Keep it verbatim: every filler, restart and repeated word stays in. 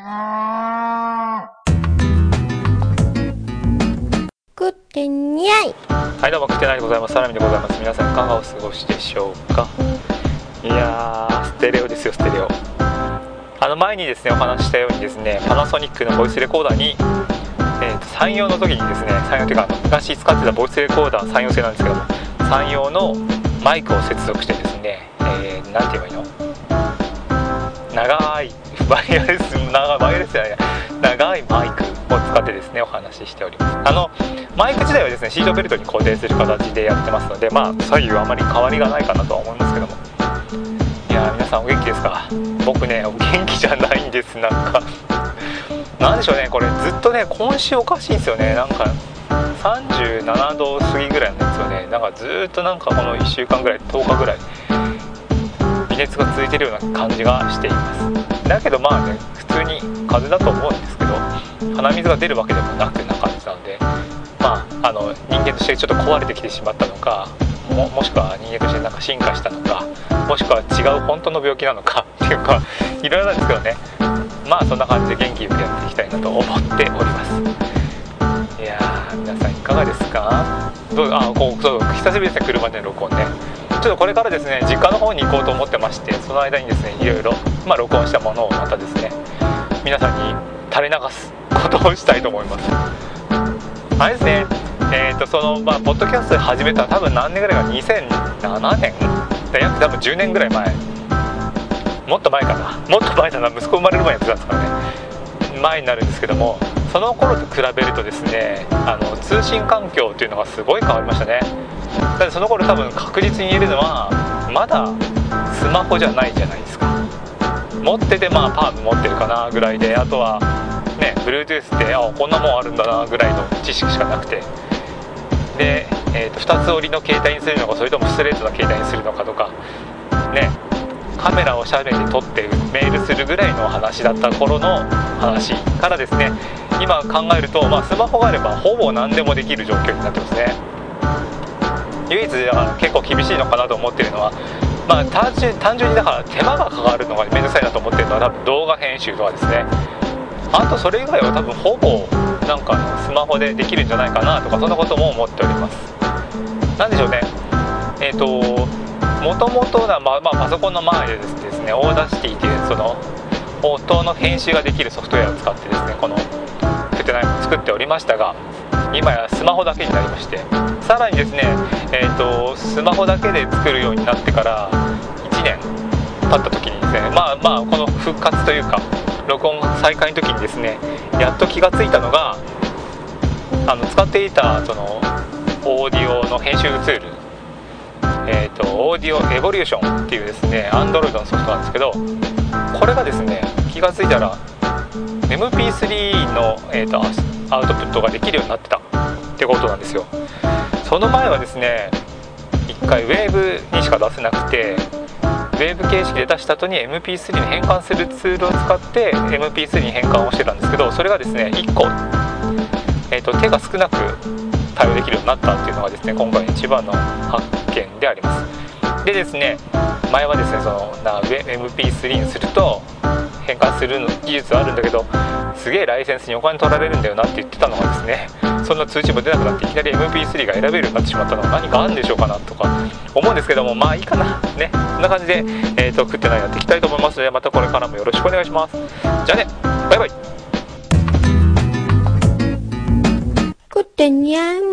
食ってにゃい。 はい、どうも、食ってないでございます。サラミでございます。皆さんいかがお過ごしでしょうか。いやー、ステレオですよ、ステレオ。あの前にですねお話ししたようにですね、パナソニックのボイスレコーダーに、えー、と産用の時にですね、産用というか昔使ってたボイスレコーダー、産用製なんですけども、産用のマイクを接続してですね、えー、なんて言えばいいの、長いワイヤレス長いワイヤレスじゃない長いマイクを使ってですねお話ししております。あのマイク自体はですねシートベルトに固定する形でやってますので、まあ左右あまり変わりがないかなとは思いますけども、いやー皆さんお元気ですか。僕ねお元気じゃないんです。なんかなんでしょうね、これずっとね今週おかしいんですよね。なんかさんじゅうななど過ぎぐらいなんですよね。なんかずっとなんかこのいっしゅうかんぐらいとおかぐらい微熱が続いているような感じがしています。だけどまあね普通に風邪だと思うんですけど、鼻水が出るわけでもなくな感じなので、まああの人間としてちょっと壊れてきてしまったのか、 も, もしくは人間としてなんか進化したのか、もしくは違う本当の病気なのかっていうかいろいろなんですけどね、まあそんな感じで元気よくやっていきたいなと思っております。いやー皆さんいかがですか。どうあこうそう久しぶりですね、車での録音ね。ちょっとこれからですね実家の方に行こうと思ってまして、その間にですねいろいろ、まあ、録音したものをまたですね皆さんに垂れ流すことをしたいと思います。あれですね、えーとそのまあポッドキャスト始めたの多分何年ぐらいか、にせんななねんで約多分じゅうねんぐらい前、もっと前かな、もっと前だな、息子生まれる前やってたんですからね、前になるんですけども、その頃と比べるとですねあの通信環境というのがすごい変わりましたね。だってその頃多分確実に言えるのはまだスマホじゃないじゃないですか。持っててまあパーム持ってるかなぐらいで、あとはね Bluetooth ってあこんなもんあるんだなぐらいの知識しかなくて、で、えー、とふたつ折りの携帯にするのか、それともストレートな携帯にするのかとかね、カメラを写メで撮ってメールするぐらいの話だった頃の話からですね、今考えると、まあ、スマホがあればほぼ何でもできる状況になってますね。唯一結構厳しいのかなと思っているのは、まあ、単純、単純にだから手間がかかるのがめんどくさいなと思っているのは多分動画編集とかですね。あとそれ以外は多分ほぼなんかスマホでできるんじゃないかなとか、そんなことも思っております。なんでしょうね、えっ、ー、ともともとは、まあまあ、パソコンの周りでですね、オーダーシティというその音の編集ができるソフトウェアを使ってですね、この食ってないものを作っておりましたが、今やスマホだけになりまして、さらにですね、えーと、スマホだけで作るようになってからいちねん経った時にですね、まあまあこの復活というか録音再開の時にですね、やっと気がついたのが、あの使っていたそのオーディオの編集ツール、えーと、オーディオエボリューションっていうですね Android のソフトなんですけど、これがですね気がついたら エムピースリー の、えーと、アウトプットができるようになってたってことなんですよ。その前はですね一回ウェーブにしか出せなくて、ウェーブ形式で出した後に エムピースリー に変換するツールを使って エムピースリー に変換をしてたんですけど、それがですねいっこ、えーと、手が少なく対応できるようになったっていうのがですね今回一番の発見であります。でですね、前はですねそのな エムピースリー にすると変換する技術はあるんだけど、すげえライセンスにお金取られるんだよなって言ってたのがですね、そんな通知も出なくなっていきなり エムピースリー が選べるようになってしまったのは何かあるんでしょうかなとか思うんですけども、まあいいかなね、そんな感じで、えーと食ってないやっていきたいと思いますので、またこれからもよろしくお願いします。じゃあね、バイバイ。 食ってにゃい。